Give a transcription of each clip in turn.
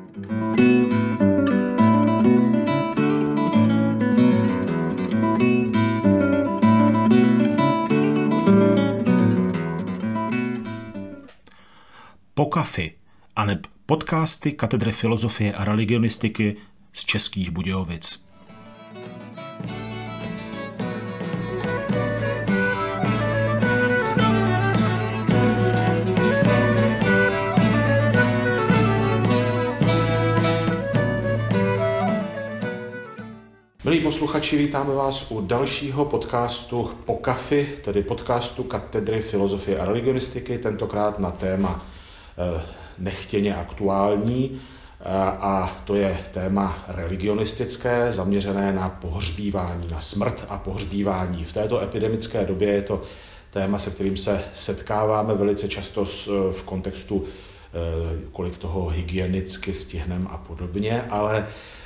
Pokafy, aneb podcasty Katedry filozofie a religionistiky z Českých Budějovic. Milí posluchači, vítáme vás u dalšího podcastu Pokafy, tedy podcastu Katedry filozofie a religionistiky, tentokrát na téma nechtěně aktuální, a to je téma religionistické, zaměřené na pohřbívání, na smrt a pohřbívání. V této epidemické době je to téma, se kterým se setkáváme velice často v kontextu, kolik toho hygienicky stihneme a podobně, ale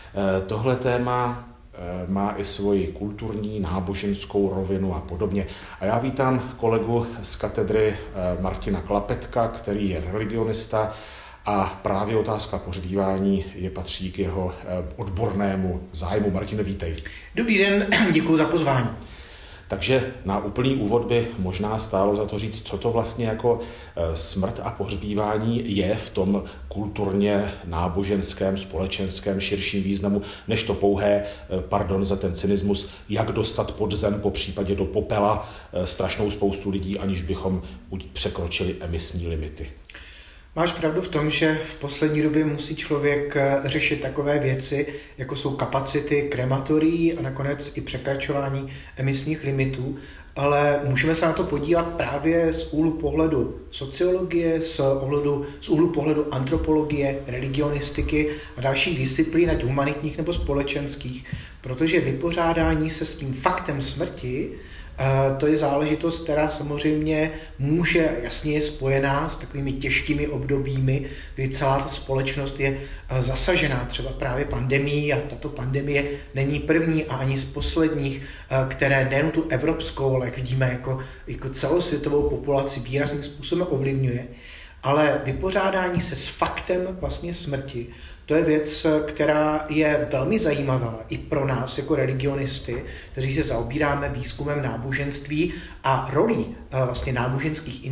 tohle téma má i svoji kulturní, náboženskou rovinu a podobně. A já vítám kolegu z katedry Martina Klapetka, který je religionista a právě otázka pohřbívání patří k jeho odbornému zájmu. Martine, vítej. Dobrý den, děkuji za pozvání. Takže na úplný úvod by možná stálo za to říct, co to vlastně jako smrt a pohřbívání je v tom kulturně náboženském, společenském, širším významu, než to pouhé, pardon za ten cynismus, jak dostat pod zem, po případě do popela strašnou spoustu lidí, aniž bychom překročili emisní limity. Máš pravdu v tom, že v poslední době musí člověk řešit takové věci, jako jsou kapacity krematorií a nakonec i překračování emisních limitů, ale můžeme se na to podívat právě z úhlu pohledu sociologie, z úhlu pohledu antropologie, religionistiky a dalších disciplín, ať humanitních nebo společenských, protože vypořádání se s tím faktem smrti, to je záležitost, která samozřejmě jasně je spojená s takovými těžkými obdobími, kdy celá ta společnost je zasažená třeba právě pandemií, a tato pandemie není první a ani z posledních, které nejen tu evropskou, ale jak vidíme jako celosvětovou populaci výrazným způsobem ovlivňuje, ale vypořádání se s faktem vlastně smrti, to je věc, která je velmi zajímavá i pro nás jako religionisty, kteří se zaobíráme výzkumem náboženství a rolí vlastně náboženských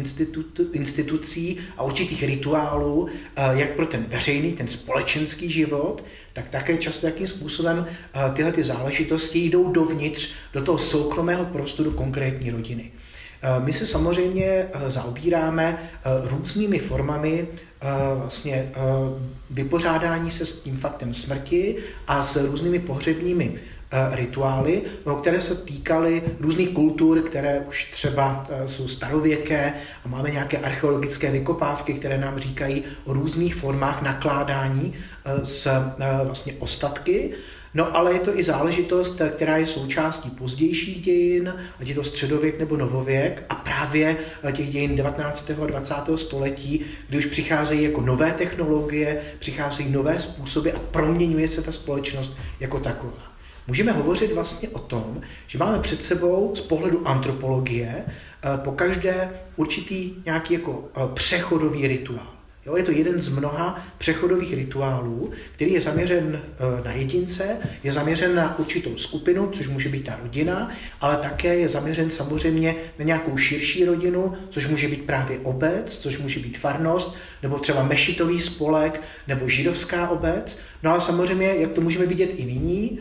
institucí a určitých rituálů, jak pro ten veřejný, ten společenský život, tak také často, jakým způsobem tyhle ty záležitosti jdou dovnitř do toho soukromého prostoru konkrétní rodiny. My se samozřejmě zaobíráme různými formami vlastně vypořádání se s tím faktem smrti a s různými pohřebními rituály, které se týkaly různých kultur, které už třeba jsou starověké a máme nějaké archeologické vykopávky, které nám říkají o různých formách nakládání s vlastně ostatky. No ale je to i záležitost, která je součástí pozdějších dějin, ať je to středověk nebo novověk, a právě těch dějin 19. a 20. století, kdy už přicházejí jako nové technologie, přicházejí nové způsoby a proměňuje se ta společnost jako taková. Můžeme hovořit vlastně o tom, že máme před sebou z pohledu antropologie pokaždé určitý nějaký jako přechodový rituál. Jo, je to jeden z mnoha přechodových rituálů, který je zaměřen na jedince, je zaměřen na určitou skupinu, což může být ta rodina, ale také je zaměřen samozřejmě na nějakou širší rodinu, což může být právě obec, což může být farnost, nebo třeba mešitový spolek, nebo židovská obec. No ale samozřejmě, jak to můžeme vidět i nyní,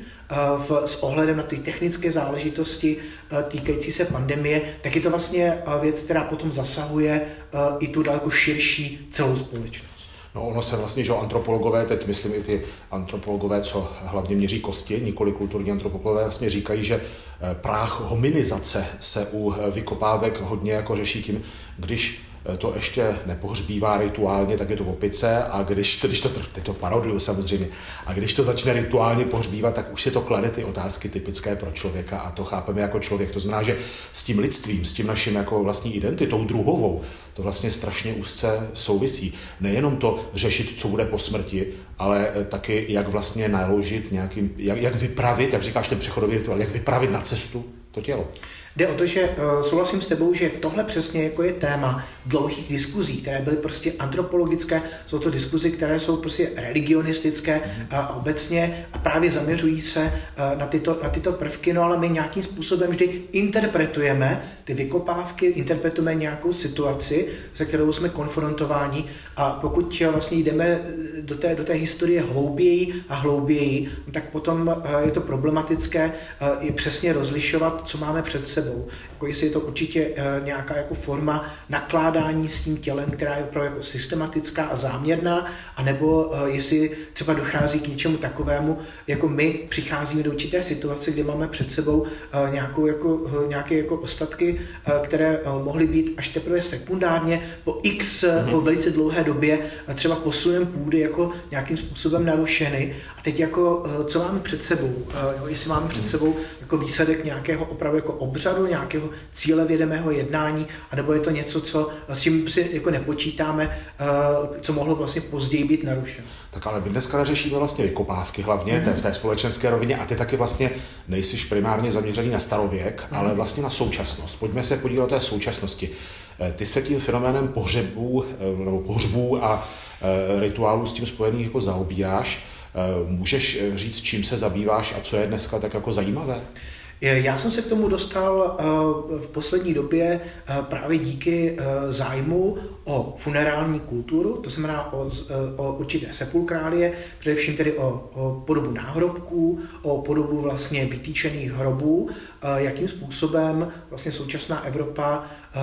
s ohledem na ty technické záležitosti týkající se pandemie, tak je to vlastně věc, která potom zasahuje i tu daleko širší celou společnost. No ono se vlastně, že antropologové, teď myslím i ty antropologové, co hlavně měří kosti, nikoli kulturní antropologové, vlastně říkají, že práh hominizace se u vykopávek hodně jako řeší tím, když to ještě nepohřbívá rituálně, tak je to v opice, a když teď to paroduju samozřejmě, a když to začne rituálně pohřbívat, tak už si to klade ty otázky typické pro člověka a to chápeme jako člověk. To znamená, že s tím lidstvím, s tím naším jako vlastní identitou druhovou, to vlastně strašně úzce souvisí. Nejenom to řešit, co bude po smrti, ale taky jak vlastně naložit nějakým, jak vypravit, jak říkáš ten přechodový rituál, jak vypravit na cestu to tělo. Jde o to, že souhlasím s tebou, že tohle přesně jako je téma dlouhých diskuzí, které byly prostě antropologické, jsou to diskuzi, které jsou prostě religionistické obecně a právě zaměřují se na tyto prvky, no ale my nějakým způsobem vždy interpretujeme ty vykopávky, interpretujeme nějakou situaci, se kterou jsme konfrontováni a pokud vlastně jdeme do té historie hlouběji, tak potom je to problematické i přesně rozlišovat, co máme před sebou. Jako jestli je to určitě nějaká jako forma nakládání s tím tělem, která je opravdu jako systematická a záměrná, anebo jestli třeba dochází k něčemu takovému, jako my přicházíme do určité situace, kde máme před sebou nějaké jako ostatky, které mohly být až teprve sekundárně po velice dlouhé době třeba posunem půdy jako nějakým způsobem narušeny. A teď jako, co máme před sebou? Jestli máme před sebou jako výsledek nějakého opravdu jako obřadu, nějakého cílevědomého jednání, anebo je to něco, s čím si jako nepočítáme, co mohlo vlastně později být narušeno. Tak ale my dneska neřešíme vlastně vykopávky hlavně v té společenské rovině a ty taky vlastně nejsiš primárně zaměřený na starověk, ale vlastně na současnost. Pojďme se podívat o té současnosti. Ty se tím fenoménem pohřbů a rituálů s tím spojených jako zaobíráš. Můžeš říct, čím se zabýváš a co je dneska tak jako zajímavé? Já jsem se k tomu dostal v poslední době právě díky zájmu o funerální kulturu, to znamená o určité sepulkrálie, především tedy o podobu náhrobků, o podobu vlastně vytýčených hrobů, jakým způsobem vlastně současná Evropa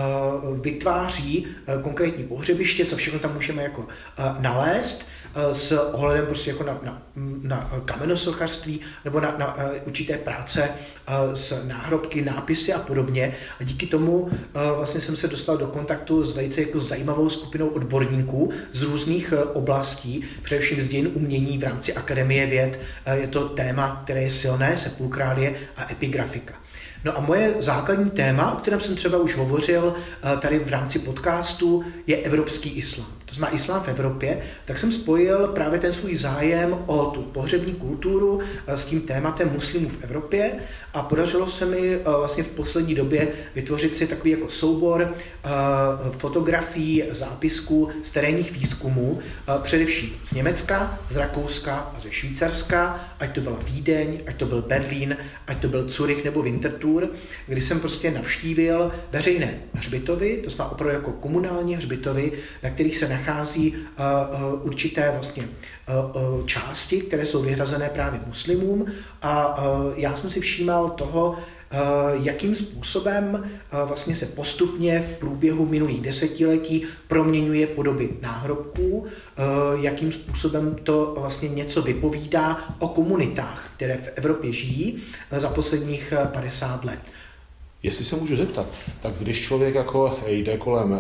vytváří konkrétní pohřebiště, co všechno tam můžeme jako nalézt, s ohledem prostě jako na kamenosochařství nebo na určité práce s náhrobky, nápisy a podobně. A díky tomu vlastně jsem se dostal do kontaktu s velice jako zajímavou skupinou odborníků z různých oblastí, především z dějin umění v rámci Akademie věd. Je to téma, které je silné, sepulkrálie a epigrafika. No a moje základní téma, o kterém jsem třeba už hovořil tady v rámci podcastu, je evropský islám. To znamená islám v Evropě, tak jsem spojil právě ten svůj zájem o tu pohřební kulturu s tím tématem muslimů v Evropě a podařilo se mi vlastně v poslední době vytvořit si takový jako soubor fotografií, zápisků z terénních výzkumů, především z Německa, z Rakouska a ze Švýcarska, ať to byla Vídeň, ať to byl Berlín, ať to byl Curych nebo Winterthur, kdy jsem prostě navštívil veřejné hřbitovy, to znamená opravdu jako komunální hřbitovy, na kterých se nachází určité vlastně části, které jsou vyhrazené právě muslimům a já jsem si všímal toho, jakým způsobem vlastně se postupně v průběhu minulých desetiletí proměňuje podoby náhrobků, jakým způsobem to vlastně něco vypovídá o komunitách, které v Evropě žijí za posledních 50 let. Jestli se můžu zeptat, tak když člověk jako jde kolem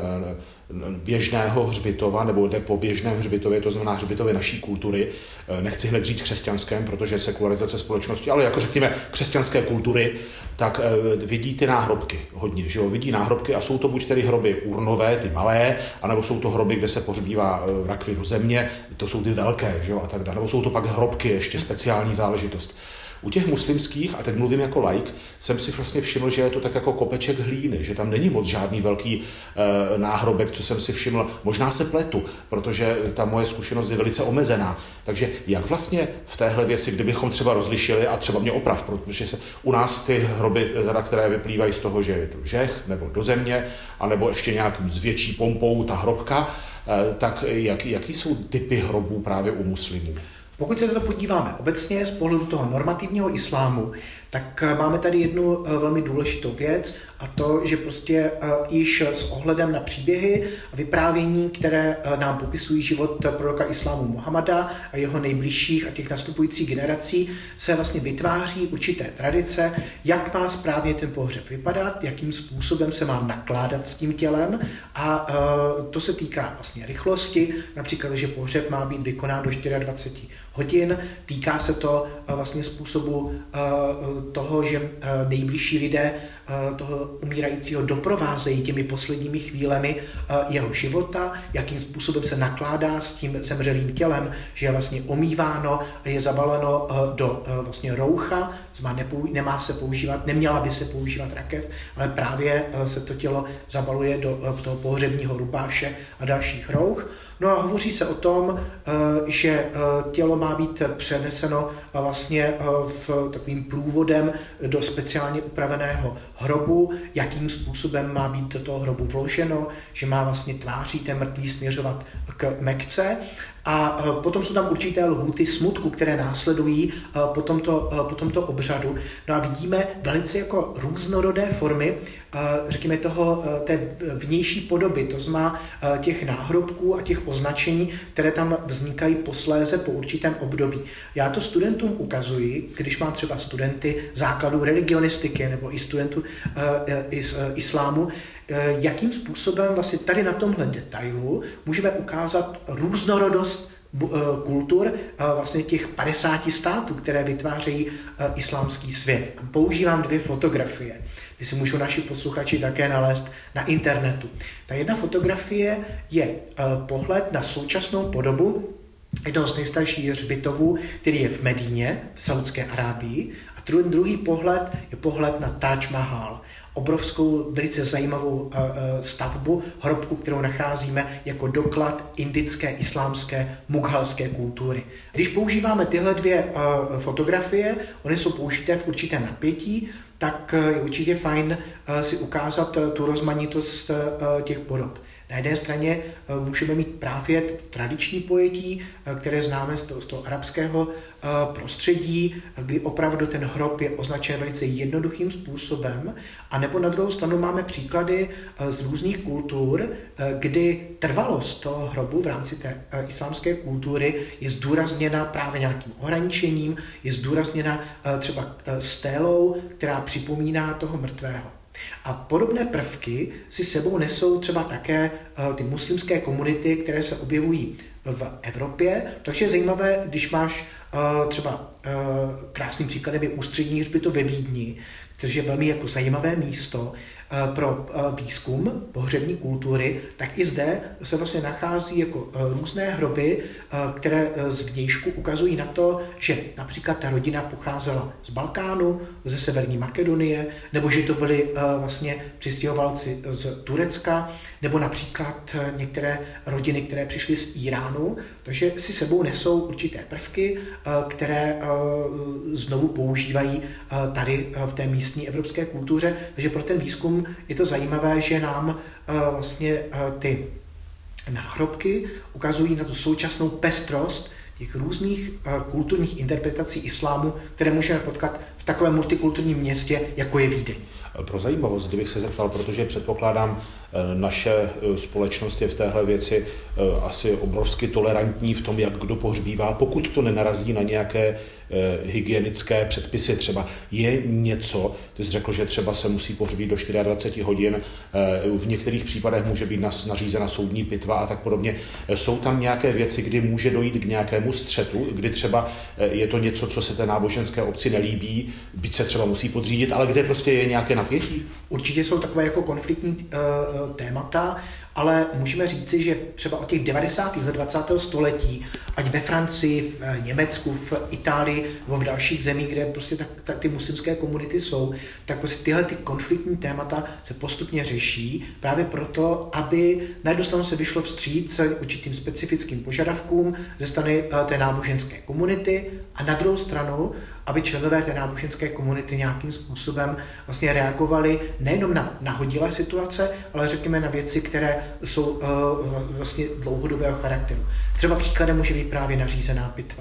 běžného hřbitova nebo jde po běžném hřbitově, to znamená hřbitově naší kultury, nechci hned říct křesťanském, protože je sekularizace společnosti, ale jako řekněme křesťanské kultury, tak vidí ty náhrobky hodně, že jo? Vidí náhrobky a jsou to buď tedy hroby urnové, ty malé, anebo jsou to hroby, kde se pohřbívá rakvi do země, to jsou ty velké, že jo? A tak dále, nebo jsou to pak hrobky, ještě speciální záležitost. U těch muslimských, a teď mluvím jako laik, jsem si vlastně všiml, že je to tak jako kopeček hlíny, že tam není moc žádný velký náhrobek, co jsem si všiml. Možná se pletu, protože ta moje zkušenost je velice omezená. Takže jak vlastně v téhle věci, kdybychom třeba rozlišili, a třeba mě oprav, protože se u nás ty hroby, které vyplývají z toho, že je to žeh nebo do země, anebo ještě nějakým s větší pompou ta hrobka, tak jaký jsou typy hrobů právě u muslimů? Pokud se na to podíváme obecně z pohledu toho normativního islámu, tak máme tady jednu velmi důležitou věc a to, že prostě již s ohledem na příběhy a vyprávění, které nám popisují život proroka islámu Muhammada a jeho nejbližších a těch nastupujících generací, se vlastně vytváří určité tradice, jak má správně ten pohřeb vypadat, jakým způsobem se má nakládat s tím tělem a to se týká vlastně rychlosti, například, že pohřeb má být vykonán do 24 hodin, týká se to vlastně způsobu toho, že nejbližší lidé toho umírajícího doprovázejí těmi posledními chvílemi jeho života, jakým způsobem se nakládá s tím zemřelým tělem, že je vlastně omýváno, je zabaleno do vlastně roucha, nemá se používat, neměla by se používat rakev, ale právě se to tělo zabaluje do toho pohřebního rubáše a dalších rouch. No a hovoří se o tom, že tělo má být přeneseno vlastně v takovým průvodem do speciálně upraveného hrobu, jakým způsobem má být do toho hrobu vloženo, že má vlastně tváří ten mrtvý směřovat k Mekce. A potom jsou tam určité lhůty smutku, které následují po tomto obřadu. No a vidíme velice jako různorodé formy, řekněme té vnější podoby, to znamená těch náhrobků a těch označení, které tam vznikají posléze po určitém období. Já to studentům ukazuji, když mám třeba studenty základů religionistiky nebo i studentů islámu, jakým způsobem vlastně tady na tomhle detailu můžeme ukázat různorodost kultur vlastně těch 50 států, které vytvářejí islámský svět. Používám 2 fotografie, ty si můžou naši posluchači také nalézt na internetu. Ta jedna fotografie je pohled na současnou podobu jednoho z nejstarších hřbitovů, který je v Medíně, v Saudské Arábii, a druhý pohled je pohled na Taj Mahal, obrovskou, velice zajímavou stavbu, hrobku, kterou nacházíme jako doklad indické, islámské, mughalské kultury. Když používáme tyhle 2 fotografie, oni jsou použité v určitém napětí, tak je určitě fajn si ukázat tu rozmanitost těch podob. Na jedné straně můžeme mít právě tradiční pojetí, které známe z toho arabského prostředí, kdy opravdu ten hrob je označen velice jednoduchým způsobem, a nebo na druhou stranu máme příklady z různých kultur, kdy trvalost toho hrobu v rámci té islámské kultury je zdůrazněna právě nějakým ohraničením, je zdůrazněna třeba stélou, která připomíná toho mrtvého. A podobné prvky si sebou nesou třeba také ty muslimské komunity, které se objevují v Evropě. Takže je zajímavé, když máš třeba krásným příkladem je Ústřední hřbitov ve Vídni, což je velmi jako zajímavé místo pro výzkum pohřební kultury, tak i zde se vlastně nachází jako různé hroby, které z vnějšku ukazují na to, že například ta rodina pocházela z Balkánu, ze Severní Makedonie, nebo že to byli vlastně přistěhovalci z Turecka, nebo například některé rodiny, které přišly z Iránu, takže si sebou nesou určité prvky, které znovu používají tady v té místní evropské kultuře, takže pro ten výzkum je to zajímavé, že nám vlastně ty náhrobky ukazují na tu současnou pestrost těch různých kulturních interpretací islámu, které můžeme potkat v takovém multikulturním městě, jako je Vídeň. Pro zajímavost, kdybych se zeptal, protože předpokládám, naše společnost je v téhle věci asi obrovsky tolerantní v tom, jak kdo pohřbívá, pokud to nenarazí na nějaké hygienické předpisy. Třeba je něco, ty jsi řekl, že třeba se musí pohřbít do 24 hodin, v některých případech může být nařízena soudní pitva a tak podobně. Jsou tam nějaké věci, kdy může dojít k nějakému střetu, kdy třeba je to něco, co se té náboženské obci nelíbí, byť se třeba musí podřídit, ale kde prostě je nějaké napětí? Určitě jsou takové jako konfliktní témata, ale můžeme říci, že třeba od těch 90. let 20. století, ať ve Francii, v Německu, v Itálii nebo v dalších zemích, kde prostě ty muslimské komunity jsou, tak prostě tyhle ty konfliktní témata se postupně řeší právě proto, aby na jednu stranu se vyšlo vstříc určitým specifickým požadavkům ze strany té náboženské komunity a na druhou stranu, aby členové té náboženské komunity nějakým způsobem vlastně reagovali nejenom na nahodilé situace, ale řekněme na věci, které jsou vlastně dlouhodobého charakteru. Třeba příkladem může být právě nařízená pitva.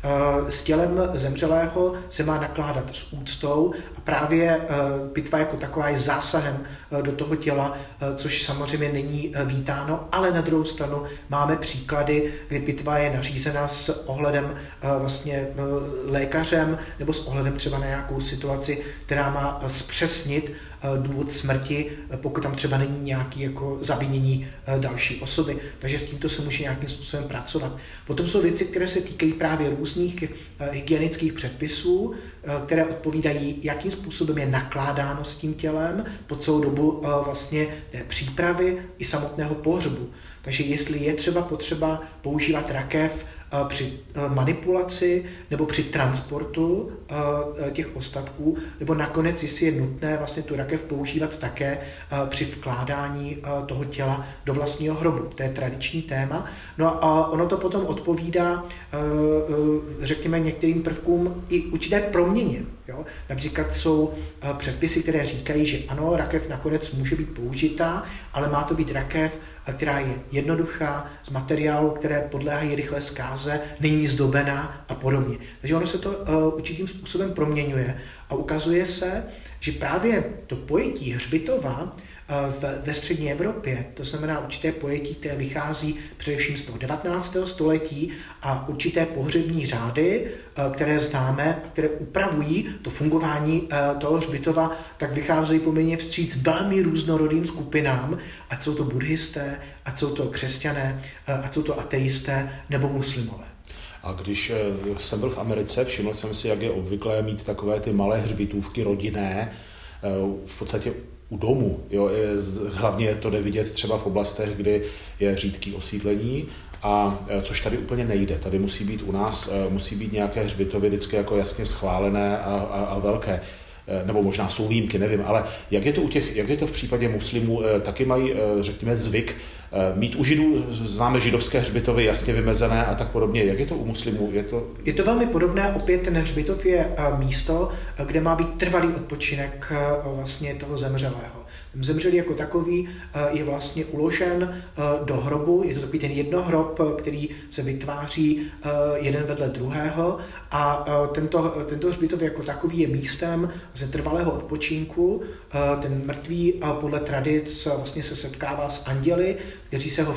S tělem zemřelého se má nakládat s úctou a právě pitva jako taková je zásahem do toho těla, což samozřejmě není vítáno, ale na druhou stranu máme příklady, kdy pitva je nařízena s ohledem vlastně lékařem nebo s ohledem třeba na nějakou situaci, která má zpřesnit důvod smrti, pokud tam třeba není nějaký jako zavinění další osoby. Takže s tímto se může nějakým způsobem pracovat. Potom jsou věci, které se týkají právě různých hygienických předpisů, které odpovídají, jakým způsobem je nakládáno s tím tělem po celou dobu vlastně té přípravy i samotného pohřbu. Takže jestli je třeba potřeba používat rakev při manipulaci nebo při transportu těch ostatků, nebo nakonec, jestli je nutné vlastně tu rakev používat také při vkládání toho těla do vlastního hrobu. To je tradiční téma. No a ono to potom odpovídá, řekněme, některým prvkům i určité proměně. Jo? Například jsou předpisy, které říkají, že ano, rakev nakonec může být použitá, ale má to být rakev, která je jednoduchá, z materiálu, které podléhají rychlé zkáze, není zdobená a podobně. Takže ono se to určitým způsobem proměňuje a ukazuje se, že právě to pojetí hřbitova ve střední Evropě, to znamená určité pojetí, které vychází především z toho 19. století a určité pohřební řády, které známe a které upravují to fungování toho hřbitova, tak vycházejí poměrně vstříc velmi různorodým skupinám, ať jsou to buddhisté, ať jsou to křesťané, ať jsou to ateisté nebo muslimové. A když jsem byl v Americe, všiml jsem si, jak je obvyklé mít takové ty malé hřbitůvky rodinné, v podstatě u domu. Jo, hlavně to jde vidět třeba v oblastech, kdy je řídký osídlení, a což tady úplně nejde. Tady musí být u nás nějaké hřbitovy vždycky jako jasně schválené a velké. Nebo možná jsou výjimky, nevím, ale jak je to v případě muslimů, taky mají, řekněme, zvyk mít u Židů, známe židovské hřbitovy jasně vymezené a tak podobně. Jak je to u muslimů? Je to velmi podobné, opět ten hřbitov je místo, kde má být trvalý odpočinek vlastně toho zemřelého. Zemřelý jako takový je vlastně uložen do hrobu, je to takový ten jednohrob, který se vytváří jeden vedle druhého a tento hřbitov jako takový je místem ze trvalého odpočinku. Ten mrtvý podle tradic vlastně se setkává s anděli, kteří se ho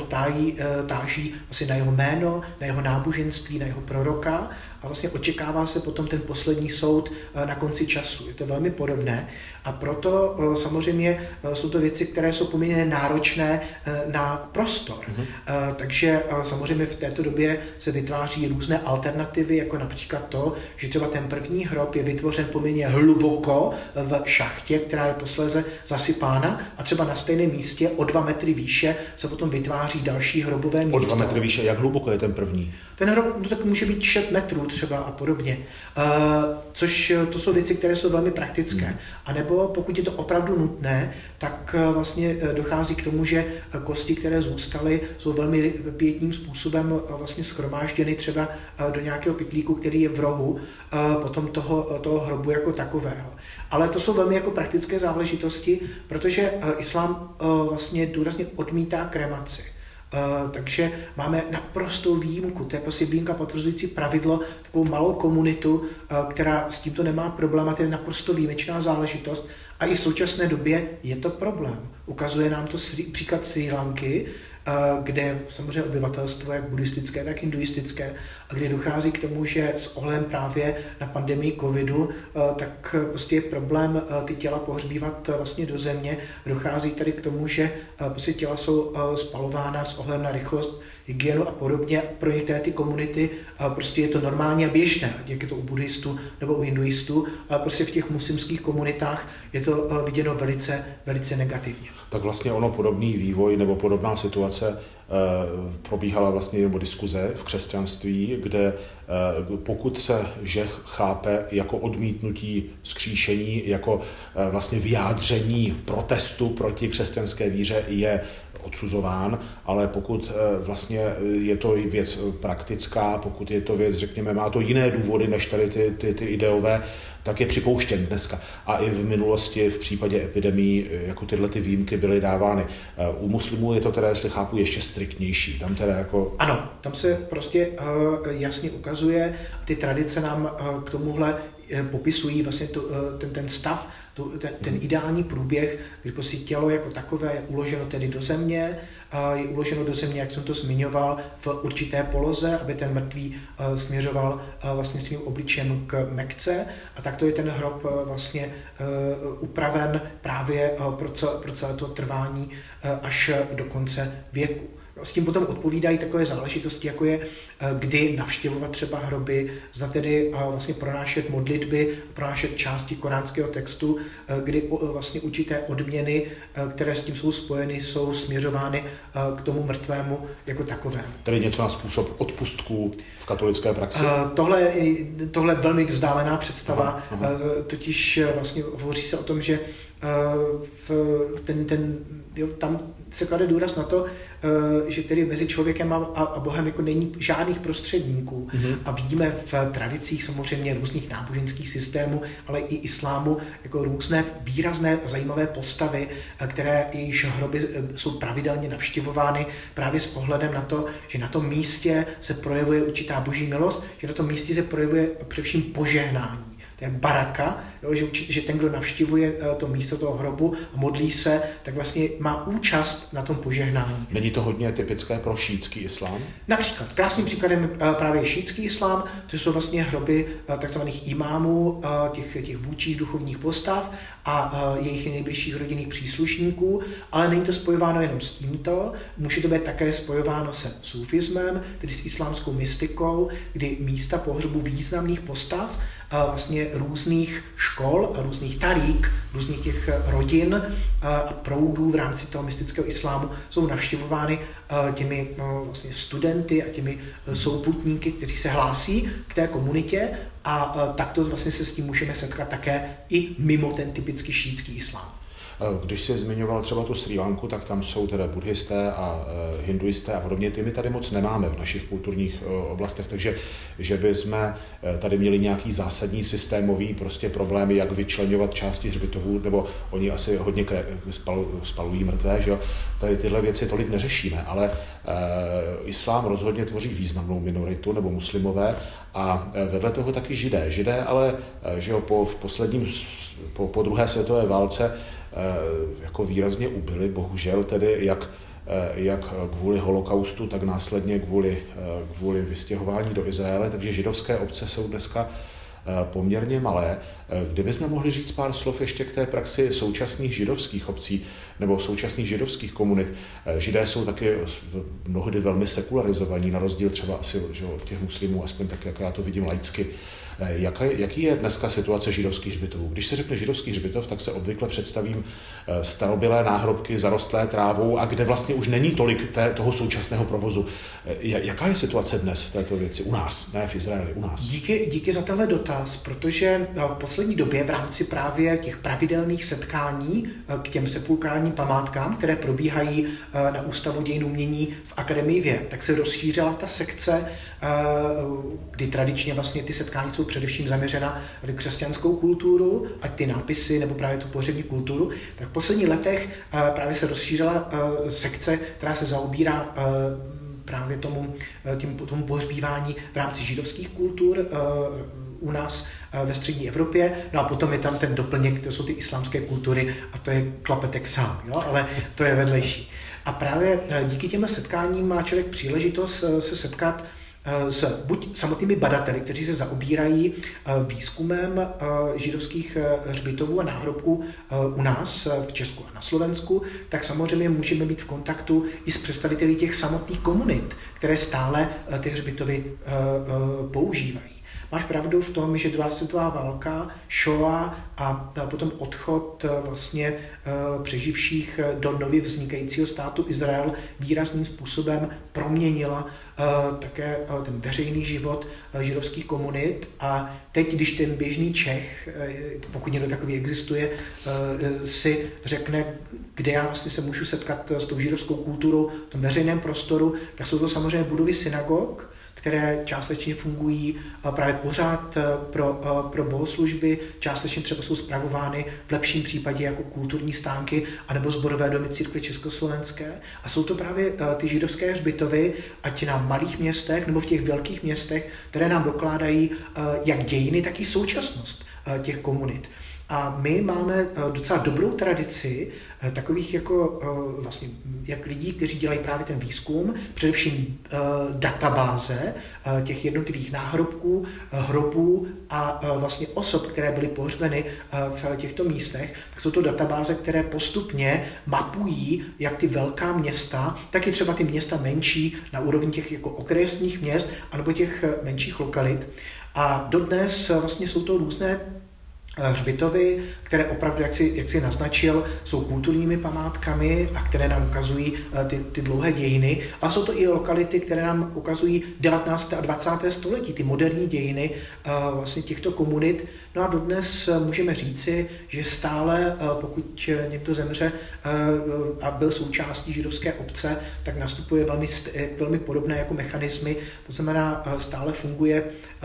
táží vlastně na jeho jméno, na jeho náboženství, na jeho proroka a vlastně očekává se potom ten poslední soud na konci času. Je to velmi podobné a proto samozřejmě jsou to věci, které jsou poměrně náročné na prostor. Takže samozřejmě v této době se vytváří různé alternativy, jako například to, že třeba ten první hrob je vytvořen poměrně hluboko v šachtě, která je posléze zasypána a třeba na stejném místě o 2 metry výše se potom vytváří další hrobové místo. O 2 metry výše, jak hluboko je ten první? Ten hrob tak může být 6 metrů třeba a podobně. Což to jsou věci, které jsou velmi praktické. A nebo pokud je to opravdu nutné, tak vlastně dochází k tomu, že kosti, které zůstaly, jsou velmi pětním způsobem vlastně shromážděny třeba do nějakého pytlíku, který je v rohu potom toho hrobu jako takového. Ale to jsou velmi jako praktické záležitosti, protože islám vlastně důrazně odmítá kremaci. Takže máme naprostou výjimku, to je prostě výjimka potvrzující pravidlo, takovou malou komunitu, která s tímto nemá problém a to je naprosto výjimečná záležitost a i v současné době je to problém. Ukazuje nám to příklad Srí Lanky, kde samozřejmě obyvatelstvo jak buddhistické, tak hinduistické, a kde dochází k tomu, že s ohledem právě na pandemii covidu, tak prostě je problém ty těla pohřbívat vlastně do země. Dochází tady k tomu, že prostě těla jsou spalována s ohledem na rychlost, hygienu a podobně. Pro některé ty komunity prostě je to normálně a běžné, ať je to u buddhistů nebo u hinduistů, ale prostě v těch muslimských komunitách je to viděno velice, velice negativně. Tak vlastně ono podobný vývoj nebo podobná situace probíhala vlastně nebo diskuze v křesťanství, kde pokud se žeh chápe jako odmítnutí vzkříšení, jako vlastně vyjádření protestu proti křesťanské víře, je odsuzován, ale pokud vlastně je to věc praktická, pokud je to věc, řekněme, má to jiné důvody než tady ty ideové, tak je připouštěn dneska. A i v minulosti v případě epidemií jako tyhle ty výjimky byly dávány. U muslimů je to teda, jestli chápu, ještě striktnější. Tam teda jako... Ano, tam se prostě jasně ukazuje, ty tradice nám k tomuhle popisují vlastně ten stav, ten ideální průběh, kdy prostě tělo jako takové je uloženo tedy do země, je uloženo do země, jak jsem to zmiňoval, v určité poloze, aby ten mrtvý směřoval vlastně svým obličejem k Mekce a takto je ten hrob vlastně upraven právě pro celé to trvání až do konce věku. S tím potom odpovídají takové záležitosti, jako je, kdy navštěvovat třeba hroby, zda tedy vlastně pronášet modlitby, pronášet části koránského textu, kdy vlastně určité odměny, které s tím jsou spojeny, jsou směřovány k tomu mrtvému jako takovému. Tedy něco na způsob odpustků v katolické praxi? Tohle je velmi vzdálená představa, totiž vlastně hovoří se o tom, že tam se klade důraz na to, že tedy mezi člověkem a Bohem jako není žádných prostředníků. A vidíme v tradicích samozřejmě různých náboženských systémů, ale i islámu jako různé výrazné zajímavé postavy, které jejichž hroby jsou pravidelně navštěvovány právě s ohledem na to, že na tom místě se projevuje určitá boží milost, že na tom místě se projevuje především požehnání. To je baraka, že ten, kdo navštěvuje to místo toho hrobu a modlí se, tak vlastně má účast na tom požehnání. Není to hodně typické pro šíitský islám? Například. Krásným příkladem právě šíitský islám, to jsou vlastně hroby takzvaných imámů, těch vůdčích duchovních postav a jejich nejbližších rodinných příslušníků, ale není to spojováno jenom s tímto, může to být také spojováno se sufismem, tedy s islámskou mystikou, kdy místa pohřbu významných postav vlastně různých škol a různých tarík, různých těch rodin a proudů v rámci toho mystického islámu jsou navštěvovány těmi vlastně studenty a těmi souputníky, kteří se hlásí k té komunitě a takto vlastně se s tím můžeme setkat také i mimo ten typicky šíitský islám. Když jsi zmiňoval třeba tu Srí Lanku, tak tam jsou teda buddhisté a hinduisté a podobně. Ty my tady moc nemáme v našich kulturních oblastech, takže že by jsme tady měli nějaký zásadní systémový prostě problémy, jak vyčleňovat části hřbitovů, nebo oni asi hodně spalují mrtvé, že jo? Tady tyhle věci tolik neřešíme, ale islám rozhodně tvoří významnou minoritu, nebo muslimové, a vedle toho taky židé. Židé ale, že jo, po druhé světové válce jako výrazně ubyly, bohužel tedy jak kvůli holokaustu, tak následně kvůli vystěhování do Izraele, takže židovské obce jsou dneska poměrně malé. Kdybychom mohli říct pár slov ještě k té praxi současných židovských obcí nebo současných židovských komunit. Židé jsou taky mnohdy velmi sekularizovaní, na rozdíl třeba asi od těch muslimů, aspoň tak, jak já to vidím laicky. Jaký je dneska situace židovských hřbitovů? Když se řekne židovský hřbitov, tak se obvykle představím starobylé náhrobky zarostlé trávou a kde vlastně už není tolik toho současného provozu. Jaká je situace dnes v této věci? U nás, ne v Izraeli, u nás. Díky za tenhle dotaz, protože v poslední době v rámci právě těch pravidelných setkání k těm sepulkrálním památkám, které probíhají na Ústavu dějin umění v Akademii věd, tak se rozšířila ta sekce, kdy tradičně vlastně ty setkání jsou především zaměřena na křesťanskou kulturu, ať ty nápisy nebo právě tu pohřební kulturu, tak v posledních letech právě se rozšířila sekce, která se zaobírá právě tomu pohřbívání v rámci židovských kultur u nás ve střední Evropě. No a potom je tam ten doplněk, to jsou ty islámské kultury a to je klapetek sám, jo? Ale to je vedlejší. A právě díky těm setkáním má člověk příležitost se setkat s buď samotnými badateli, kteří se zaobírají výzkumem židovských hřbitovů a náhrobků u nás v Česku a na Slovensku, tak samozřejmě můžeme být v kontaktu i s představiteli těch samotných komunit, které stále ty hřbitovy používají. Máš pravdu v tom, že druhá světová válka, Shoah a potom odchod vlastně přeživších do nově vznikajícího státu Izrael výrazným způsobem proměnila také ten veřejný život židovských komunit. A teď, když ten běžný Čech, pokud někdo takový existuje, si řekne, kde já vlastně se můžu setkat s tou židovskou kulturou v tom veřejném prostoru, tak jsou to samozřejmě budovy synagog, které částečně fungují právě pořád pro bohoslužby, částečně třeba jsou spravovány v lepším případě jako kulturní stánky anebo sborové domy církve československé. A jsou to právě ty židovské hřbitovy, ať na malých městech nebo v těch velkých městech, které nám dokládají jak dějiny, tak i současnost těch komunit. A my máme docela dobrou tradici takových jako vlastně jak lidí, kteří dělají právě ten výzkum, především databáze těch jednotlivých náhrobků, hrobů a vlastně osob, které byly pohřbeny v těchto místech, tak jsou to databáze, které postupně mapují jak ty velká města, tak i třeba ty města menší na úrovni těch jako okresních měst anebo těch menších lokalit. A dodnes vlastně jsou to různé hřbitovy, které opravdu, jak si naznačil, jsou kulturními památkami a které nám ukazují ty dlouhé dějiny. A jsou to i lokality, které nám ukazují 19. a 20. století, ty moderní dějiny vlastně těchto komunit. No a dodnes můžeme říci, že stále, pokud někdo zemře a byl součástí židovské obce, tak nastupuje velmi podobné jako mechanismy. To znamená, stále funguje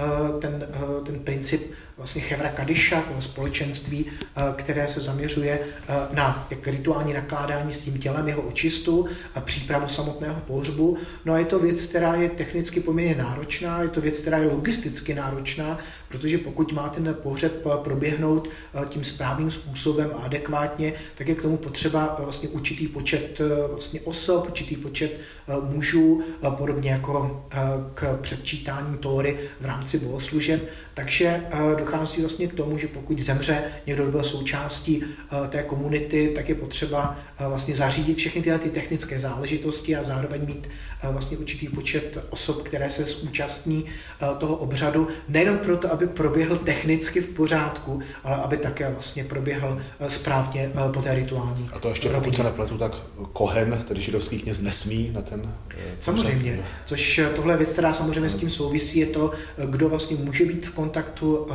ten princip vlastně Chevra Kadiša, toho společenství, které se zaměřuje na rituální nakládání s tím tělem, jeho očistu a přípravu samotného pohřbu. No a je to věc, která je technicky poměrně náročná, je to věc, která je logisticky náročná, protože pokud má ten pohřeb proběhnout tím správným způsobem a adekvátně, tak je k tomu potřeba vlastně určitý počet vlastně osob, určitý počet mužů, podobně jako k předčítání Tóry v rámci bohoslužeb. Takže dochází vlastně k tomu, že pokud zemře někdo, kdo byl součástí té komunity, tak je potřeba vlastně zařídit všechny tyhle ty technické záležitosti a zároveň mít vlastně určitý počet osob, které se zúčastní toho obřadu, nejenom proto, aby proběhl technicky v pořádku, ale aby také vlastně proběhl správně po té rituální. A to ještě pokud se nepletu, tak kohen, tedy židovský kněz, nesmí na ten samozřejmě, pořad. Což tohle věc, která samozřejmě s tím souvisí, je to, kdo vlastně může být v kontaktu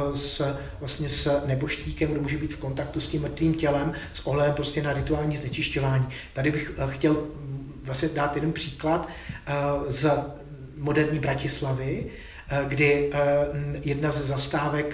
s nebožtíkem, kdo může být v kontaktu s tím mrtvým tělem s ohledem prostě na rituální znečišťování. Tady bych chtěl vlastně dát jeden příklad z moderní Bratislavy, kdy jedna ze zastávek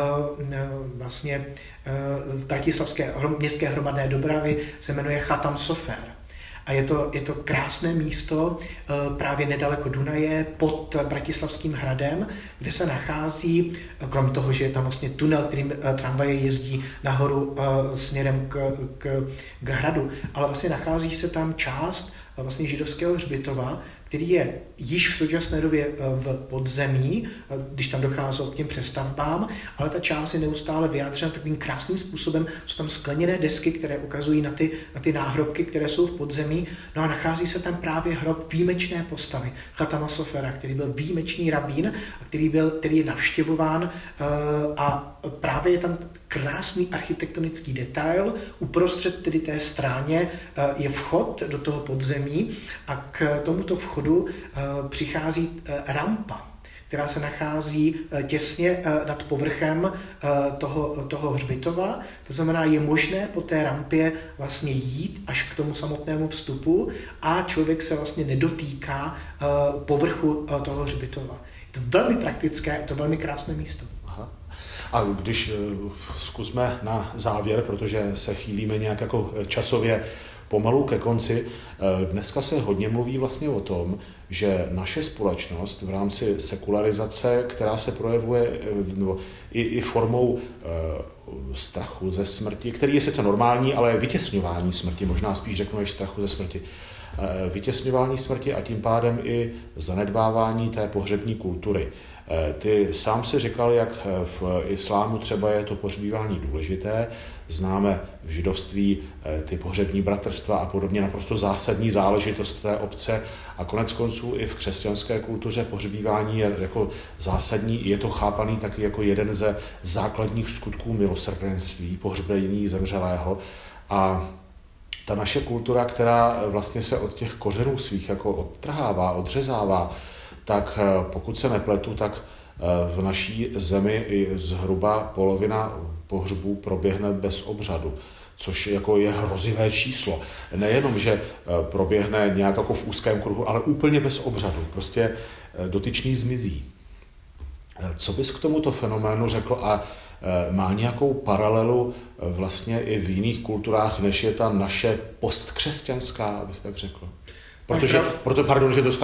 vlastně v bratislavské městské hromadné dopravy se jmenuje Chatam Sofer. A je to krásné místo právě nedaleko Dunaje pod Bratislavským hradem, kde se nachází, krom toho, že je tam vlastně tunel, kterým tramvaje jezdí nahoru směrem k hradu, ale vlastně nachází se tam část vlastně židovského hřbitova, který je již v současné době v podzemí, když tam docházelo k těm přestavbám, ale ta část je neustále vyjádřena takovým krásným způsobem. Jsou tam skleněné desky, které ukazují na ty náhrobky, které jsou v podzemí. No a nachází se tam právě hrob výjimečné postavy, Chatama Sofera, který byl výjimečný rabín, který je navštěvován a právě je tam krásný architektonický detail. Uprostřed tedy té stráně je vchod do toho podzemí a k tomuto vchodu přichází rampa, která se nachází těsně nad povrchem toho hřbitova. To znamená, je možné po té rampě vlastně jít až k tomu samotnému vstupu a člověk se vlastně nedotýká povrchu toho hřbitova. Je to velmi praktické, je to velmi krásné místo. Aha. A když zkusme na závěr, protože se chýlíme nějak jako časově pomalu ke konci, dneska se hodně mluví vlastně o tom, že naše společnost v rámci sekularizace, která se projevuje i formou strachu ze smrti, který je sice normální, ale vytěsňování smrti, možná spíš řeknu než strachu ze smrti, vytěsňování smrti a tím pádem i zanedbávání té pohřební kultury. Ty sám si říkal, jak v islámu třeba je to pohřbívání důležité, známe v židovství ty pohřební bratrstva a podobně naprosto zásadní záležitost té obce a konec konců i v křesťanské kultuře pohřbívání je jako zásadní, je to chápaný taky jako jeden ze základních skutků milosrdenství, pohřbení zemřelého a ta naše kultura, která vlastně se od těch kořenů svých jako odtrhává, odřezává, tak pokud se nepletu, tak v naší zemi zhruba polovina pohřbů proběhne bez obřadu, což jako je hrozivé číslo. Nejenom, že proběhne nějak jako v úzkém kruhu, ale úplně bez obřadu. Prostě dotyčný zmizí. Co bys k tomuto fenoménu řekl a má nějakou paralelu vlastně i v jiných kulturách, než je ta naše postkřesťanská, abych tak řekl?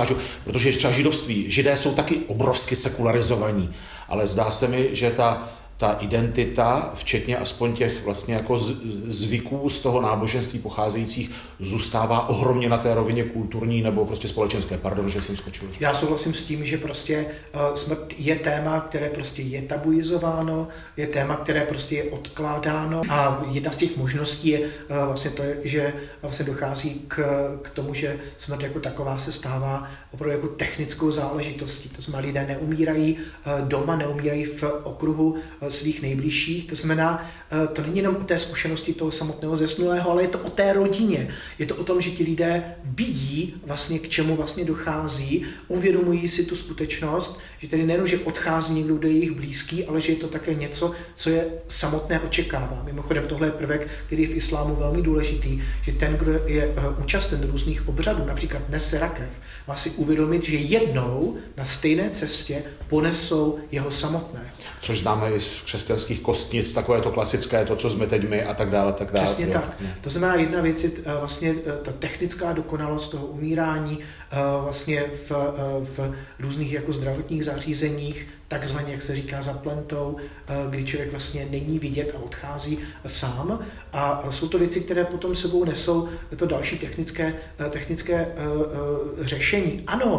Protože třeba židovství, židé jsou taky obrovsky sekularizovaní, ale zdá se mi, že ta ta identita, včetně aspoň těch vlastně jako zvyků z toho náboženství pocházejících, zůstává ohromně na té rovině kulturní nebo prostě společenské. Pardon, že jsem skočil. Já souhlasím s tím, že prostě smrt je téma, které prostě je tabuizováno, je téma, které prostě je odkládáno a jedna z těch možností je vlastně to, že vlastně dochází k tomu, že smrt jako taková se stává opravdu jako technickou záležitostí. To znamená, lidé neumírají doma, neumírají v okruhu svých nejbližších. To znamená, to není jenom o té zkušenosti toho samotného zesnulého, ale je to o té rodině. Je to o tom, že ti lidé vidí vlastně, k čemu vlastně dochází, uvědomují si tu skutečnost, že tedy nejenom, že odchází někdo, kdo je jejich blízký, ale že je to také něco, co je samotné očekává. Mimochodem, tohle je prvek, který je v islámu velmi důležitý, že ten, kdo je účasten různých obřadů, například nese rakev, má si uvědomit, že jednou na stejné cestě ponesou jeho samotné. Což známe i z křesťanských kostnic, takové to klasické, to, co jsme teď my a tak dále. Přesně tak. To znamená, jedna věc je vlastně ta technická dokonalost toho umírání vlastně v různých jako zdravotních zařízeních, takzvaně, jak se říká, za plentou, kdy člověk vlastně není vidět a odchází sám. A jsou to věci, které potom sebou nesou to další technické řešení. Ano,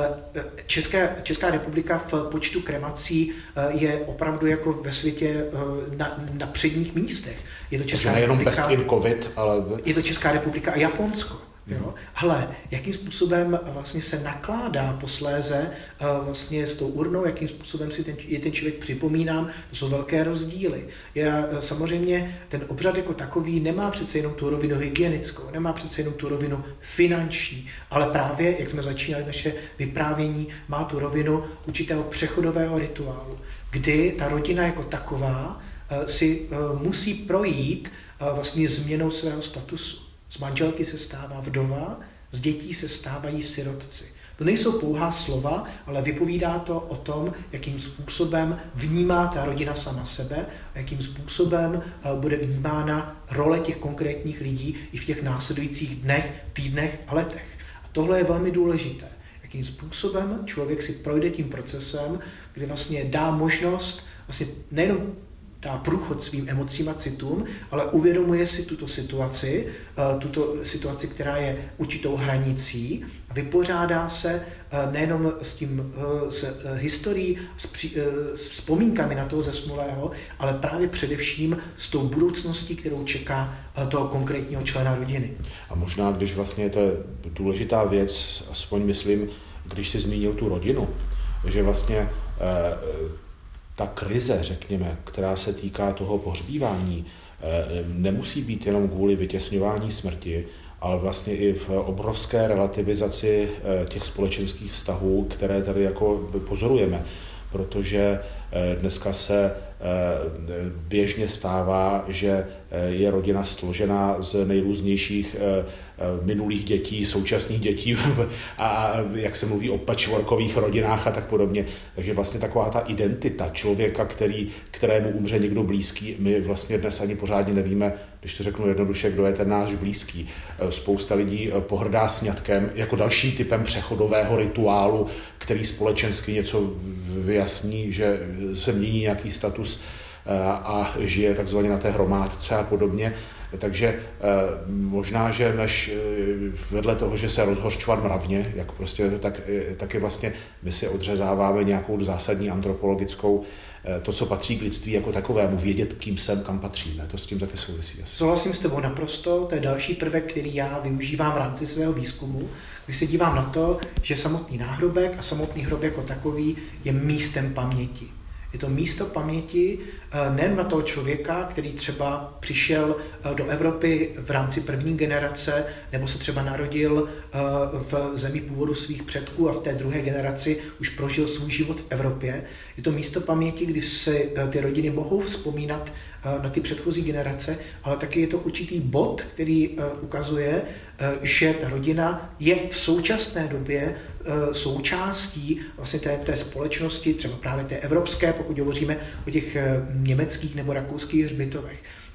Česká republika v počtu kremací je opravdu jako ve světě na předních místech. Je to Česká nejenom republika, best in covid, ale... Je to Česká republika a Japonsko. Jo? Ale jakým způsobem vlastně se nakládá posléze vlastně s tou urnou, jakým způsobem si ten člověk připomínám, to jsou velké rozdíly. Samozřejmě ten obřad jako takový nemá přece jenom tu rovinu hygienickou, nemá přece jenom tu rovinu finanční, ale právě, jak jsme začínali naše vyprávění, má tu rovinu určitého přechodového rituálu, kdy ta rodina jako taková si musí projít vlastně změnou svého statusu. Z manželky se stává vdova, z dětí se stávají sirotci. To nejsou pouhá slova, ale vypovídá to o tom, jakým způsobem vnímá ta rodina sama sebe a jakým způsobem bude vnímána role těch konkrétních lidí i v těch následujících dnech, týdnech a letech. A tohle je velmi důležité. Jakým způsobem člověk si projde tím procesem, kdy vlastně dá možnost vlastně nejenom dá průchod svým emocím a citům, ale uvědomuje si tuto situaci, která je určitou hranicí, a vypořádá se nejenom s historií, s vzpomínkami na toho zesnulého, ale právě především s tou budoucností, kterou čeká toho konkrétního člena rodiny. A možná, když vlastně to je důležitá věc, aspoň myslím, když si zmínil tu rodinu, že vlastně ta krize, řekněme, která se týká toho pohřbívání, nemusí být jenom kvůli vytěsňování smrti, ale vlastně i v obrovské relativizaci těch společenských vztahů, které tady jako pozorujeme. Protože dneska se běžně stává, že je rodina složená z nejrůznějších minulých dětí, současných dětí a jak se mluví o patchworkových rodinách a tak podobně. Takže vlastně taková ta identita člověka, kterému umře někdo blízký, my vlastně dnes ani pořádně nevíme, když to řeknu jednoduše, kdo je ten náš blízký. Spousta lidí pohrdá sňatkem jako dalším typem přechodového rituálu, který společensky něco vyjasní, že se mění nějaký status a žije takzvaně na té hromádce a podobně. Takže možná, že než vedle toho, že se rozhořčovat mravně, jak prostě, taky vlastně my si odřezáváme nějakou zásadní antropologickou, to, co patří k lidství jako takovému, vědět, kým jsem, kam patříme. To s tím taky souvisí. Souhlasím s tebou naprosto, to je další prvek, který já využívám v rámci svého výzkumu, když se dívám na to, že samotný náhrobek a samotný hrob jako takový je místem paměti. Je to místo paměti nejen na toho člověka, který třeba přišel do Evropy v rámci první generace, nebo se třeba narodil v zemi původu svých předků a v té druhé generaci už prožil svůj život v Evropě. Je to místo paměti, kdy si ty rodiny mohou vzpomínat na ty předchozí generace, ale taky je to určitý bod, který ukazuje, že ta rodina je v současné době součástí vlastně té společnosti, třeba právě té evropské, pokud hovoříme o těch německých nebo rakouských hřbitovech.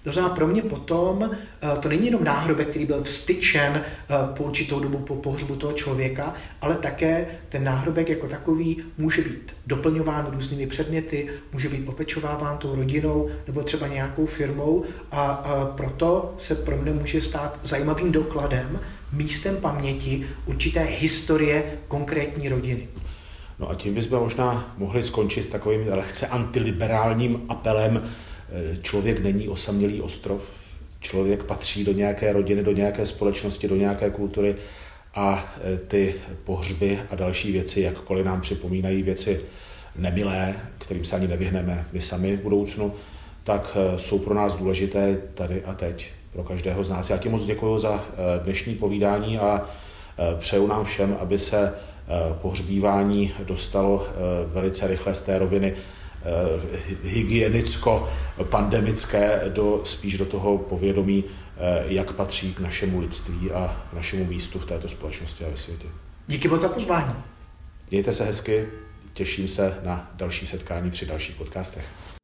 To znamená, pro mě potom to není jenom náhrobek, který byl vstyčen po určitou dobu po pohřbu toho člověka, ale také ten náhrobek jako takový může být doplňován různými předměty, může být opečováván tou rodinou nebo třeba nějakou firmou a proto se pro mě může stát zajímavým dokladem, místem paměti určité historie konkrétní rodiny. No a tím bychom možná mohli skončit takovým lehce antiliberálním apelem. Člověk není osamělý ostrov, člověk patří do nějaké rodiny, do nějaké společnosti, do nějaké kultury a ty pohřby a další věci, jakkoliv nám připomínají věci nemilé, kterým se ani nevyhneme my sami v budoucnu, tak jsou pro nás důležité tady a teď, pro každého z nás. Já ti moc děkuji za dnešní povídání a přeju nám všem, aby se pohřbívání dostalo velice rychle z té roviny hygienicko-pandemické spíš do toho povědomí, jak patří k našemu lidství a k našemu místu v této společnosti a ve světě. Díky moc za pozvání. Mějte se hezky, těším se na další setkání při dalších podcastech.